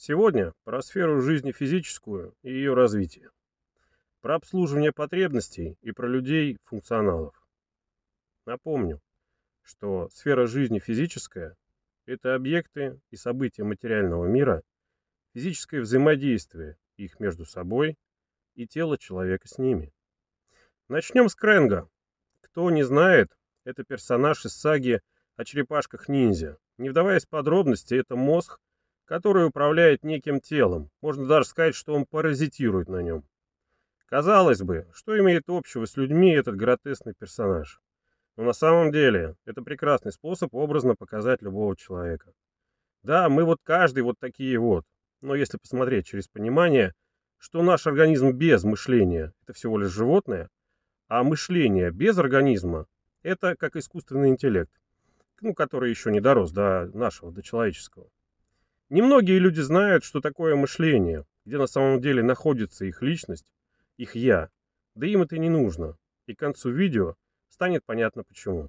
Сегодня про сферу жизни физическую и ее развитие, про обслуживание потребностей и про людей-функционалов. Напомню, что сфера жизни физическая– это объекты и события материального мира, физическое взаимодействие их между собой и тело человека с ними. Начнем с Крэнга. Кто не знает, это персонаж из саги о черепашках-ниндзя. Не вдаваясь в подробности, это мозг, который управляет неким телом. Можно даже сказать, что он паразитирует на нем. Казалось бы, что имеет общего с людьми этот гротескный персонаж? Но на самом деле это прекрасный способ образно показать любого человека. Да, мы вот каждый вот такие вот. Но если посмотреть через понимание, что наш организм без мышления– это всего лишь животное, а мышление без организма– это как искусственный интеллект, который еще не дорос до нашего, до человеческого. Немногие люди знают, что такое мышление, где на самом деле находится их личность, их «я». Да им это не нужно. И к концу видео станет понятно почему.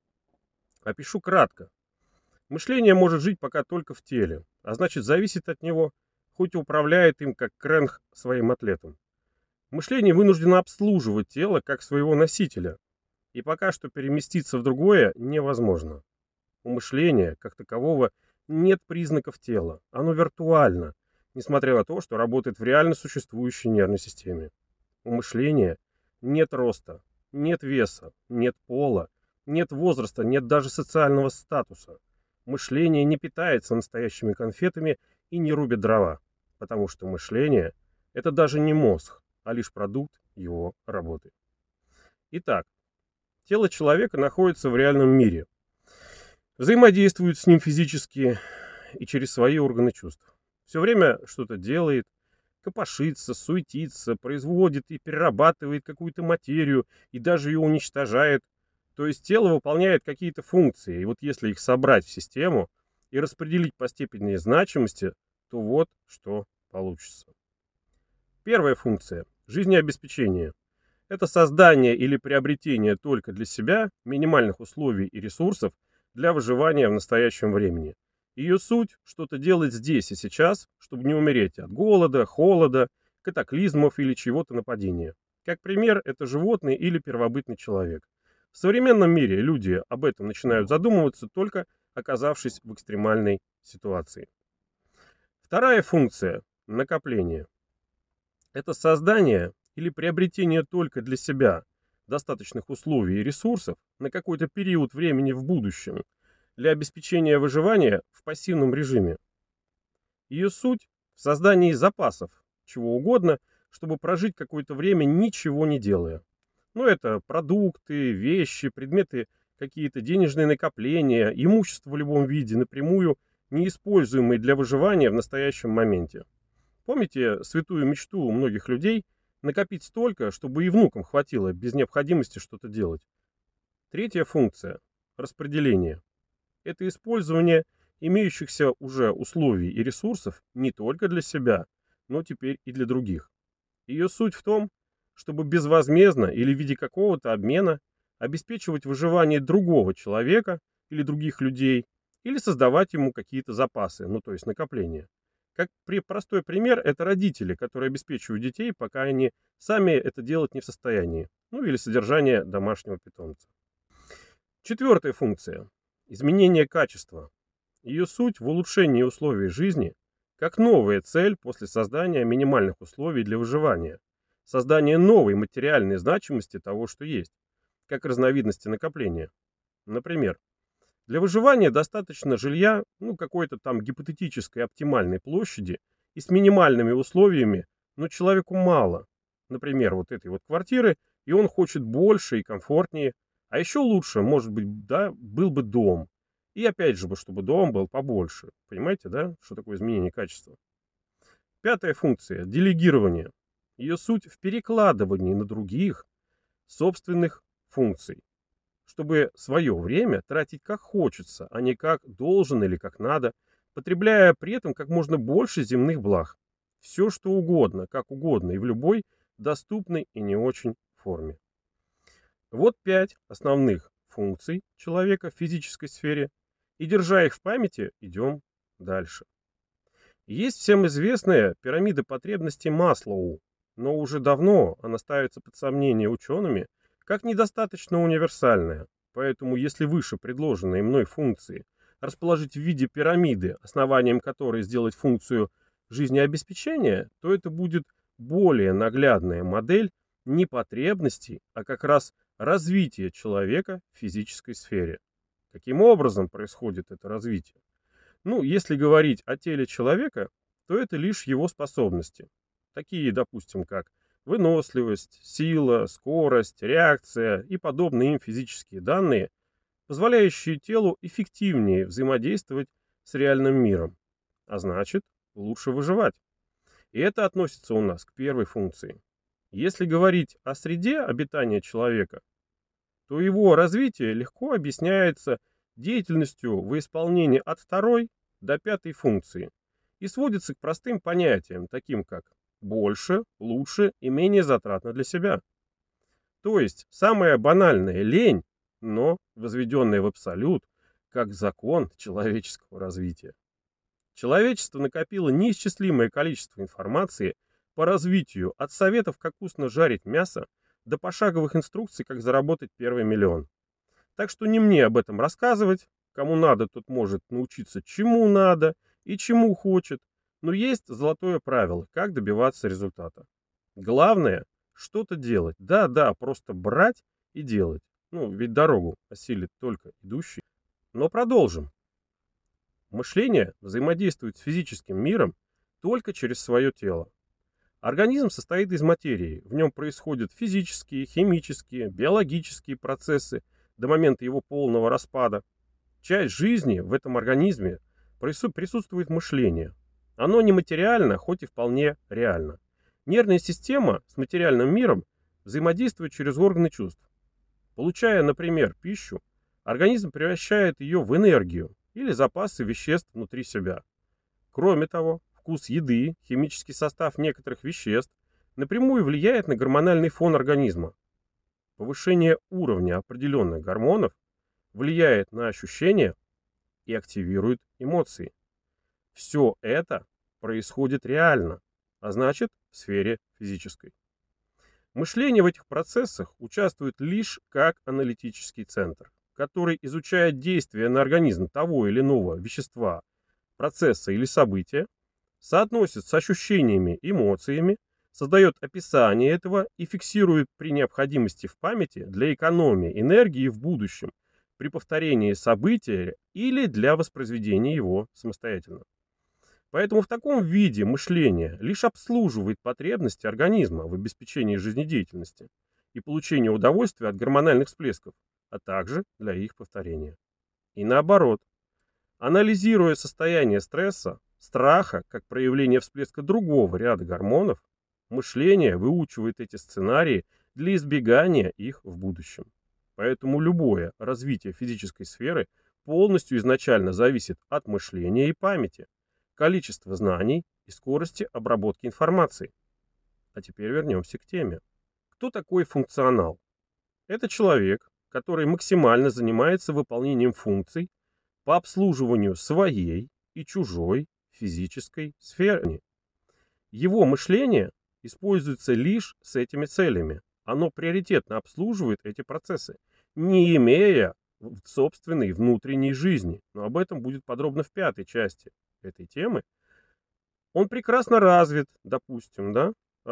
Опишу кратко. Мышление может жить пока только в теле, а значит зависит от него, хоть и управляет им как Крэнг своим атлетом. Мышление вынуждено обслуживать тело как своего носителя, и пока что переместиться в другое невозможно. У мышления, как такового, нет признаков тела. Оно виртуально, несмотря на то, что работает в реально существующей нервной системе. У мышления нет роста, нет веса, нет пола, нет возраста, нет даже социального статуса. Мышление не питается настоящими конфетами и не рубит дрова, потому что мышление– это даже не мозг, а лишь продукт его работы. Итак, тело человека находится в реальном мире, взаимодействует с ним физически и через свои органы чувств. Все время что-то делает, копошится, суетится, производит и перерабатывает какую-то материю и даже ее уничтожает. То есть тело выполняет какие-то функции, и вот если их собрать в систему и распределить по степени значимости, то вот что получится. Первая функция– жизнеобеспечение. Это создание или приобретение только для себя минимальных условий и ресурсов для выживания в настоящем времени. Ее суть– что-то делать здесь и сейчас, чтобы не умереть от голода, холода, катаклизмов или чего-то нападения. Как пример, это животный или первобытный человек. В современном мире люди об этом начинают задумываться, только оказавшись в экстремальной ситуации. Вторая функция– накопление. Это создание или приобретение только для себя достаточных условий и ресурсов на какой-то период времени в будущем для обеспечения выживания в пассивном режиме. Ее суть в создании запасов, чего угодно, чтобы прожить какое-то время ничего не делая. Это продукты, вещи, предметы, какие-то денежные накопления, имущество в любом виде, напрямую неиспользуемые для выживания в настоящем моменте. Помните святую мечту у многих людей накопить столько, чтобы и внукам хватило без необходимости что-то делать? Третья функция– распределение. Это использование имеющихся уже условий и ресурсов не только для себя, но теперь и для других. Ее суть в том, чтобы безвозмездно или в виде какого-то обмена обеспечивать выживание другого человека или других людей, или создавать ему какие-то запасы, то есть накопления. Простой пример– это родители, которые обеспечивают детей, пока они сами это делать не в состоянии. Или содержание домашнего питомца. Четвертая функция– изменение качества. Ее суть в улучшении условий жизни как новая цель после создания минимальных условий для выживания. Создание новой материальной значимости того, что есть, как разновидности накопления. Например, для выживания достаточно жилья, какой-то там гипотетической оптимальной площади и с минимальными условиями, но человеку мало. Например, вот этой вот квартиры, и он хочет больше и комфортнее. А еще лучше, может быть, да, был бы дом. И опять же, чтобы дом был побольше. Понимаете, да, что такое изменение качества? Пятая функция– делегирование. Ее суть в перекладывании на других собственных функций, чтобы свое время тратить как хочется, а не как должен или как надо, потребляя при этом как можно больше земных благ. Все что угодно, как угодно и в любой доступной и не очень форме. Вот 5 основных функций человека в физической сфере, и держа их в памяти, идем дальше. Есть всем известная пирамида потребностей Маслоу, но уже давно она ставится под сомнение учеными как недостаточно универсальная. Поэтому если выше предложенные мной функции расположить в виде пирамиды, основанием которой сделать функцию жизнеобеспечения, то это будет более наглядная модель не потребностей, а как раз развития человека в физической сфере. Каким образом происходит это развитие? Ну, если говорить о теле человека, то это лишь его способности. Такие, допустим, как выносливость, сила, скорость, реакция и подобные им физические данные, позволяющие телу эффективнее взаимодействовать с реальным миром, а значит, лучше выживать. И это относится у нас к первой функции. Если говорить о среде обитания человека, то его развитие легко объясняется деятельностью в исполнении от второй до пятой функции и сводится к простым понятиям, таким как больше, лучше и менее затратно для себя. То есть самая банальная лень, но возведенная в абсолют, как закон человеческого развития. Человечество накопило неисчислимое количество информации по развитию от советов, как вкусно жарить мясо, до пошаговых инструкций, как заработать первый миллион. Так что не мне об этом рассказывать. Кому надо, тот может научиться чему надо и чему хочет. Но есть золотое правило, как добиваться результата. Главное, что-то делать. Да, просто брать и делать. Ну, ведь дорогу осилит только идущий. Но продолжим. Мышление взаимодействует с физическим миром только через свое тело. Организм состоит из материи. В нем происходят физические, химические, биологические процессы до момента его полного распада. Часть жизни в этом организме присутствует мышление. Оно нематериально, хоть и вполне реально. Нервная система с материальным миром взаимодействует через органы чувств. Получая, например, пищу, организм превращает ее в энергию или запасы веществ внутри себя. Кроме того, вкус еды, химический состав некоторых веществ напрямую влияет на гормональный фон организма. Повышение уровня определенных гормонов влияет на ощущения и активирует эмоции. Все это происходит реально, а значит в сфере физической. Мышление в этих процессах участвует лишь как аналитический центр, который изучает действия на организм того или иного вещества, процесса или события, соотносит с ощущениями, эмоциями, создает описание этого и фиксирует при необходимости в памяти для экономии энергии в будущем, при повторении события или для воспроизведения его самостоятельно. Поэтому в таком виде мышление лишь обслуживает потребности организма в обеспечении жизнедеятельности и получении удовольствия от гормональных всплесков, а также для их повторения. И наоборот, анализируя состояние стресса, страха как проявление всплеска другого ряда гормонов, мышление выучивает эти сценарии для избегания их в будущем. Поэтому любое развитие физической сферы полностью изначально зависит от мышления и памяти, количества знаний и скорости обработки информации. А теперь вернемся к теме. Кто такой функционал? Это человек, который максимально занимается выполнением функций по обслуживанию своей и чужой физической сферы. Его мышление используется лишь с этими целями. Оно приоритетно обслуживает эти процессы, не имея собственной внутренней жизни. Но об этом будет подробно в пятой части этой темы. Он прекрасно развит, допустим, да,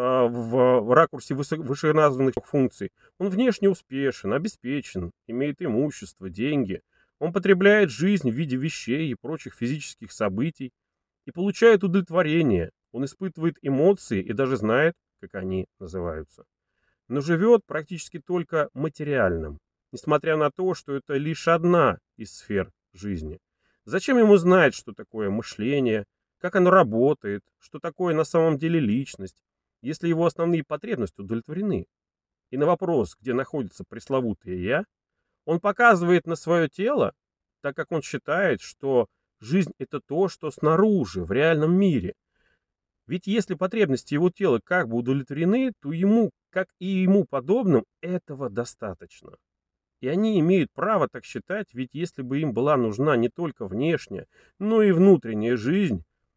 в ракурсе вышеназванных функций. Он внешне успешен, обеспечен, имеет имущество, деньги. Он потребляет жизнь в виде вещей и прочих физических событий и получает удовлетворение. Он испытывает эмоции и даже знает, как они называются. Но живет практически только материальным, несмотря на то, что это лишь одна из сфер жизни. Зачем ему знать, что такое мышление, как оно работает, что такое на самом деле личность, если его основные потребности удовлетворены? И на вопрос, где находится пресловутое «я», он показывает на свое тело, так как он считает, что жизнь – это то, что снаружи, в реальном мире. Ведь если потребности его тела как бы удовлетворены, то ему, как и ему подобным, этого достаточно. И они имеют право так считать, ведь если бы им была нужна не только внешняя, но и внутренняя жизнь,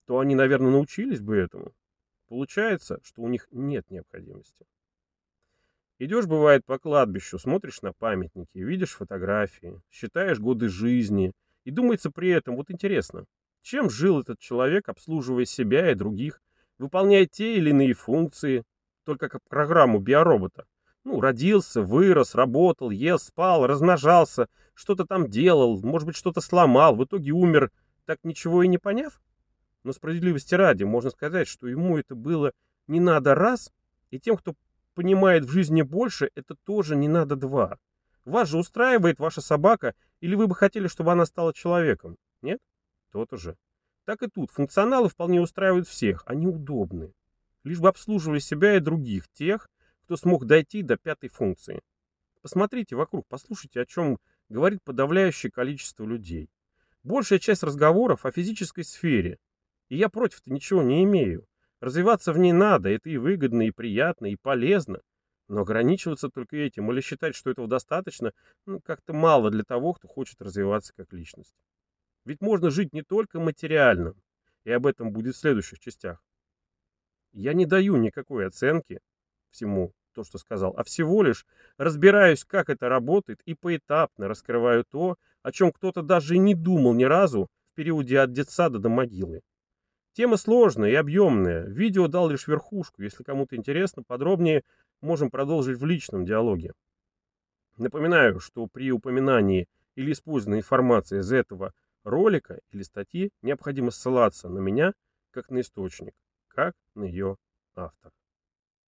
то они, наверное, научились бы этому. Получается, что у них нет необходимости. Идешь, бывает, по кладбищу, смотришь на памятники, видишь фотографии, считаешь годы жизни, и думается при этом, вот интересно, чем жил этот человек, обслуживая себя и других, выполняя те или иные функции, только как программу биоробота. Ну, родился, вырос, работал, ел, спал, размножался, что-то там делал, может быть, что-то сломал, в итоге умер, так ничего и не поняв? Но справедливости ради, можно сказать, что ему это было не надо раз, и тем, кто понимает в жизни больше, это тоже не надо два. Вас же устраивает ваша собака, или вы бы хотели, чтобы она стала человеком? Нет? То-то же. Так и тут. Функционалы вполне устраивают всех. Они удобны. Лишь бы обслуживали себя и других, тех, кто смог дойти до пятой функции. Посмотрите вокруг, послушайте, о чем говорит подавляющее количество людей. Большая часть разговоров о физической сфере. И я против-то ничего не имею. Развиваться в ней надо, это и выгодно, и приятно, и полезно. Но ограничиваться только этим или считать, что этого достаточно, ну, как-то мало для того, кто хочет развиваться как личность. Ведь можно жить не только материальным, и об этом будет в следующих частях. Я не даю никакой оценки всему, то, что сказал, а всего лишь разбираюсь, как это работает, и поэтапно раскрываю то, о чем кто-то даже и не думал ни разу в периоде от детсада до могилы. Тема сложная и объемная. Видео дал лишь верхушку. Если кому-то интересно, подробнее можем продолжить в личном диалоге. Напоминаю, что при упоминании или использовании информации из этого ролика или статьи необходимо ссылаться на меня как на источник, как на ее автора.